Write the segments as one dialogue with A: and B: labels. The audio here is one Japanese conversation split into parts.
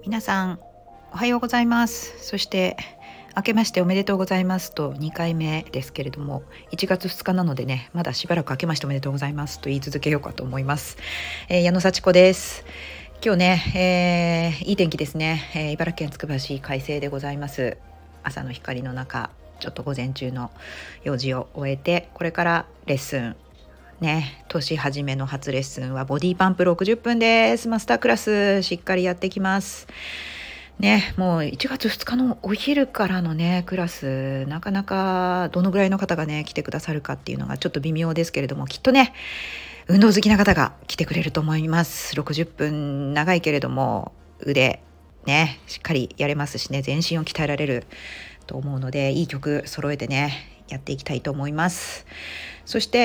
A: 皆さんおはようございます。そして明けましておめでとうございますと2回目ですけれども、1月2日なのでね、まだしばらく明けましておめでとうございますと言い続けようかと思います。矢野幸子です。今日ね、いい天気ですね。茨城県つくば市快晴でございます。朝の光の中、ちょっと午前中の用事を終えて、これからレッスンね、年始めの初レッスンはボディパンプ60分です。マスタークラスしっかりやってきますね。もう1月2日のお昼からのねクラス、なかなかどのぐらいの方がね来てくださるかっていうのがちょっと微妙ですけれども、きっとね運動好きな方が来てくれると思います。60分長いけれども腕ねしっかりやれますしね、全身を鍛えられると思うので、いい曲揃えてねやっていきたいと思います。そして、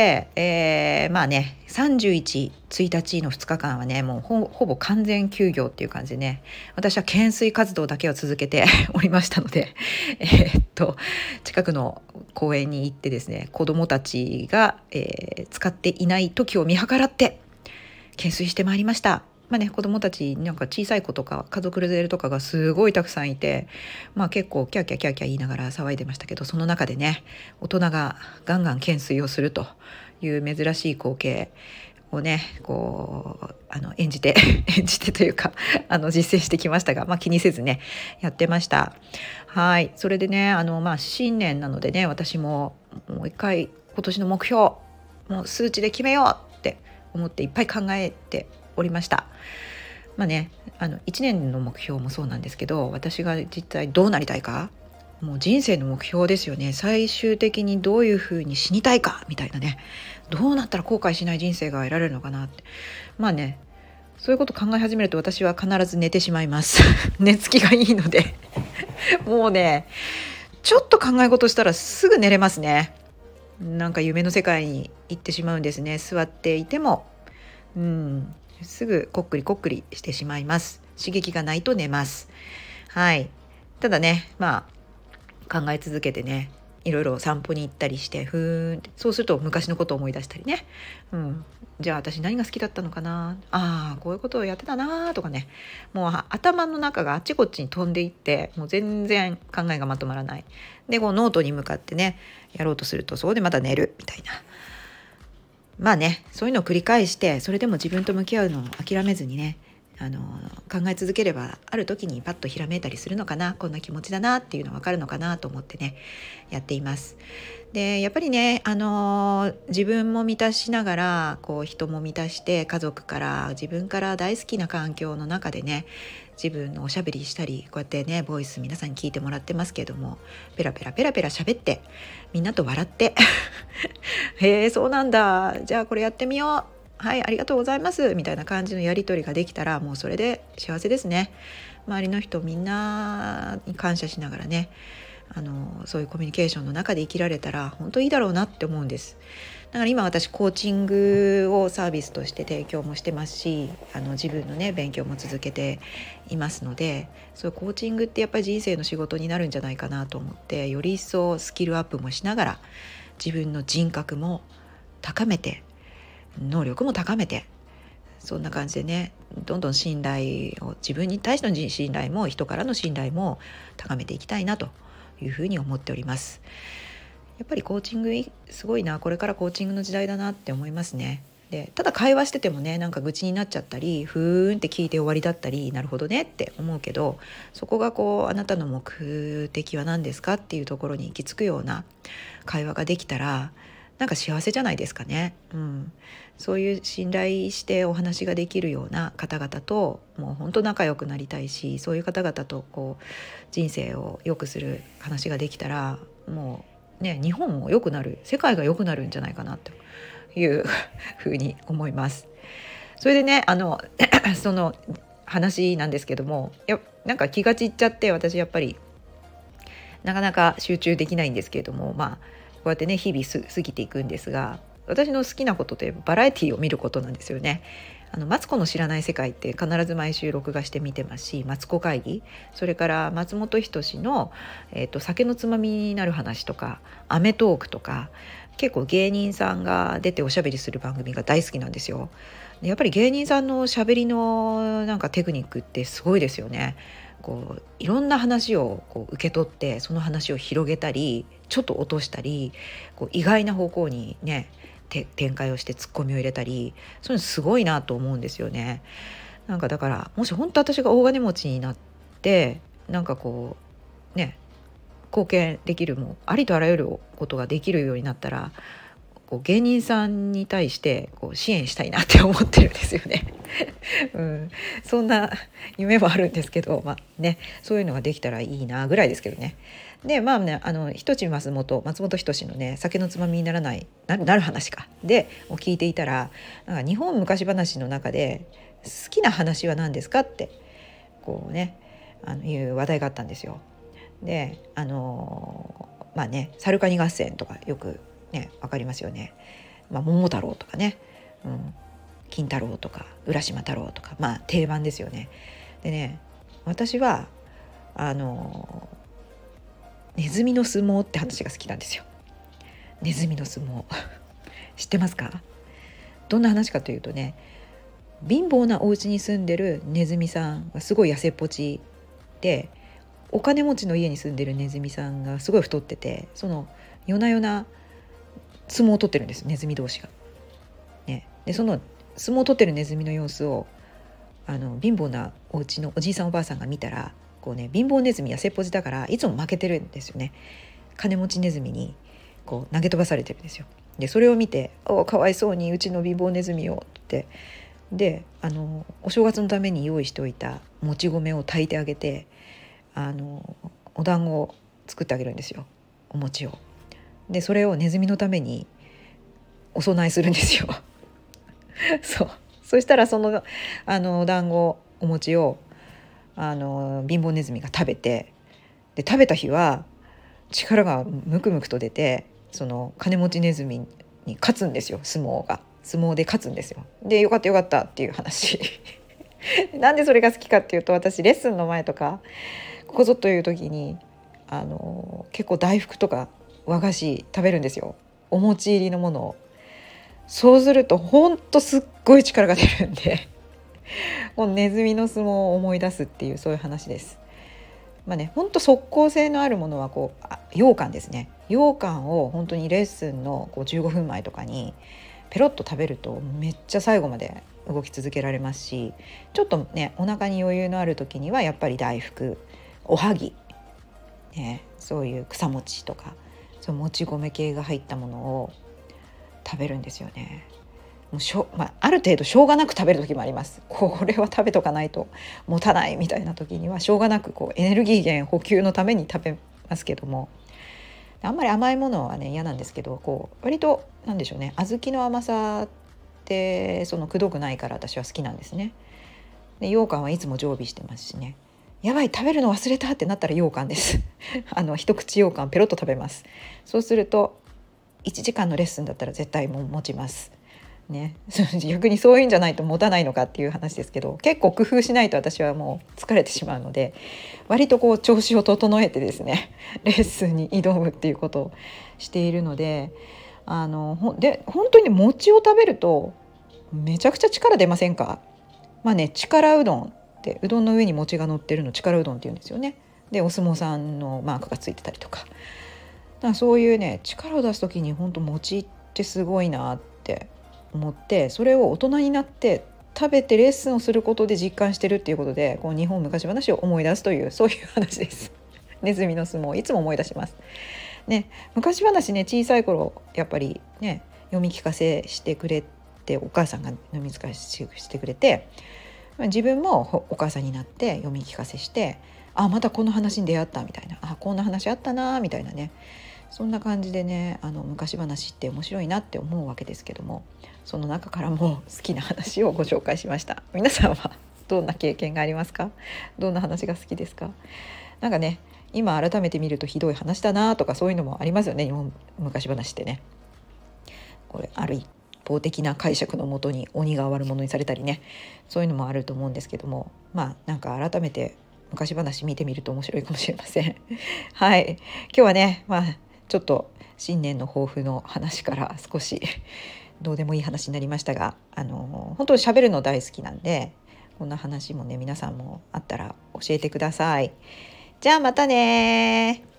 A: まあね31、1日の2日間はねもうほぼ完全休業っていう感じでね、私は懸垂活動だけを続けておりましたので近くの公園に行ってですね、子どもたちが、使っていない時を見計らって懸垂してまいりました。まあね、子どもたちなんか小さい子とか家族連れとかがすごいたくさんいて、結構キャーキャーキャーキャー言いながら騒いでましたけど、その中でね大人がガンガン懸垂をするという珍しい光景をね演じて演じてというか実践してきましたが、気にせずねやってました。はい。それでね新年なのでね、私ももう一回今年の目標もう数値で決めようって思っていっぱい考えておりました。1年の目標もそうなんですけど、私が実際どうなりたいか、もう人生の目標ですよね。最終的にどういうふうに死にたいかみたいなね、どうなったら後悔しない人生が得られるのかなって、そういうこと考え始めると私は必ず寝てしまいます寝つきがいいのでもうねちょっと考え事したらすぐ寝れますね。なんか夢の世界に行ってしまうんですね。座っていてもすぐこっくりこっくりしてしまいます。刺激がないと寝ます。はい。ただね考え続けてね、いろいろ散歩に行ったりしてそうすると昔のことを思い出したりね、じゃあ私何が好きだったのかな、こういうことをやってたなとかね、もう頭の中があっちこっちに飛んでいって、もう全然考えがまとまらないで、ノートに向かってねやろうとするとそこでまた寝るみたいな、そういうのを繰り返して、それでも自分と向き合うのを諦めずにね考え続ければ、ある時にパッとひらめいたりするのかな、こんな気持ちだなっていうの分かるのかなと思ってねやっています。でやっぱりね、自分も満たしながら人も満たして、家族から自分から大好きな環境の中でね自分のおしゃべりしたり、こうやってねボイス皆さんに聞いてもらってますけども、ペラペラペラペラ喋ってみんなと笑ってへえそうなんだ、じゃあこれやってみよう、はいありがとうございますみたいな感じのやり取りができたら、もうそれで幸せですね。周りの人みんなに感謝しながらねそういうコミュニケーションの中で生きられたら本当いいだろうなって思うんです。だから今私コーチングをサービスとして提供もしてますし、自分のね勉強も続けていますので、そういうコーチングってやっぱり人生の仕事になるんじゃないかなと思って、より一層スキルアップもしながら自分の人格も高めて、能力も高めて、そんな感じでねどんどん信頼を、自分に対しての信頼も人からの信頼も高めていきたいなというふうに思っております。やっぱりコーチングすごいな、これからコーチングの時代だなって思いますね。でただ会話しててもねなんか愚痴になっちゃったり、ふーんって聞いて終わりだったり、なるほどねって思うけど、そこがあなたの目的は何ですかっていうところに行き着くような会話ができたら、なんか幸せじゃないですかね。そういう信頼してお話ができるような方々ともう本当仲良くなりたいし、そういう方々と人生を良くする話ができたら、もうね日本も良くなる、世界が良くなるんじゃないかなというふうに思います。それでねその話なんですけども、なんか気が散っちゃって、私やっぱりなかなか集中できないんですけれども、こうやってね日々過ぎていくんですが、私の好きなことといえばバラエティを見ることなんですよね。マツコの知らない世界って必ず毎週録画して見てますし、マツコ会議、それから松本人志の、酒のつまみになる話とか、アメトーークとか、 結構芸人さんが出ておしゃべりする番組が大好きなんですよ。でやっぱり芸人さんのしゃべりのなんかテクニックってすごいですよね。こういろんな話をこう受け取ってその話を広げたりちょっと落としたりこう意外な方向にね展開をしてツッコミを入れたり、そういうのすごいなと思うんですよね。なんかだからもし本当私が大金持ちになってなんかこうね貢献できるもうありとあらゆることができるようになったらこう芸人さんに対してこう支援したいなって思ってるんですよね、うん、そんな夢もあるんですけど、まあね、そういうのができたらいいなぐらいですけどね。でまあね一地松本人志のね酒のつまみにならないなる話かでを聞いていたらなんか日本昔話の中で好きな話は何ですかってこうねいう話題があったんですよ。でまあねサルカニ合戦とかよくね分かりますよね。桃太郎とかね、金太郎とか浦島太郎とかまあ定番ですよね。でね私はネズミの相撲って話が好きなんですよ。ネズミの相撲知ってますか？どんな話かというとね貧乏なお家に住んでるネズミさんがすごい痩せっぽちでお金持ちの家に住んでるネズミさんがすごい太っててその夜な夜な相撲を取ってるんですネズミ同士が、ね、でその相撲を取ってるネズミの様子を貧乏なお家のおじいさんおばあさんが見たらこうね貧乏ネズミ痩せっぽちだからいつも負けてるんですよね。金持ちネズミにこう投げ飛ばされてるんですよ。でそれを見てかわいそうにうちの貧乏ネズミをってでお正月のために用意しておいたもち米を炊いてあげてお団子を作ってあげるんですよお餅を。でそれをネズミのためにお供えするんですよそしたらそのお団子お餅を貧乏ネズミが食べてで食べた日は力がムクムクと出てその金持ちネズミに勝つんですよ。相撲で勝つんですよ。でよかったよかったっていう話なんでそれが好きかっていうと私レッスンの前とかここぞという時に結構大福とか和菓子食べるんですよ。お餅入りのものを。そうするとほんとすっごい力が出るんでもうネズミの相撲を思い出すっていうそういう話です。まあね、ほんと即効性のあるものはこう羊羹ですね。羊羹を本当にレッスンのこう15分前とかにペロッと食べるとめっちゃ最後まで動き続けられますし、ちょっとねお腹に余裕のある時にはやっぱり大福、おはぎ、ね、そういう草餅とかそうもち米系が入ったものを食べるんですよね。もうある程度しょうがなく食べる時もあります。これは食べとかないと持たないみたいな時にはしょうがなくこうエネルギー源補給のために食べますけども、あんまり甘いものはね嫌なんですけどこう割となんでしょうね小豆の甘さってそのくどくないから私は好きなんですね。で羊羹はいつも常備してますしね。やばい食べるの忘れたってなったら羊羹です一口羊羹ペロッと食べます。そうすると1時間のレッスンだったら絶対もう持ちますね。逆にそういうんじゃないと持たないのかっていう話ですけど結構工夫しないと私はもう疲れてしまうので割とこう調子を整えてですねレッスンに挑むっていうことをしているので本当に餅を食べるとめちゃくちゃ力出ませんか？まあね力うどんってうどんの上に餅が乗ってるの力うどんって言うんですよね。でお相撲さんのマークがついてたりとか、だからそういうね力を出す時に本当餅ってすごいなって思ってそれを大人になって食べてレッスンをすることで実感してるっていうことでこう日本昔話を思い出すというそういう話ですネズミの相撲いつも思い出しますね。昔話ね小さい頃やっぱりね読み聞かせしてくれてお母さんが読み聞かせしてくれて自分もお母さんになって読み聞かせしてまたこの話に出会ったみたいなこんな話あったなみたいなね、そんな感じでね昔話って面白いなって思うわけですけども、その中からも好きな話をご紹介しました。皆さんはどんな経験がありますか？どんな話が好きですか？なんかね今改めて見るとひどい話だなとかそういうのもありますよね。日本昔話ってねこれある一方的な解釈のもとに鬼が悪者にされたりねそういうのもあると思うんですけども、なんか改めて昔話見てみると面白いかもしれませんはい、今日はねちょっと新年の抱負の話から少しどうでもいい話になりましたが、本当に喋るの大好きなんで、こんな話もね皆さんもあったら教えてください。じゃあまたね。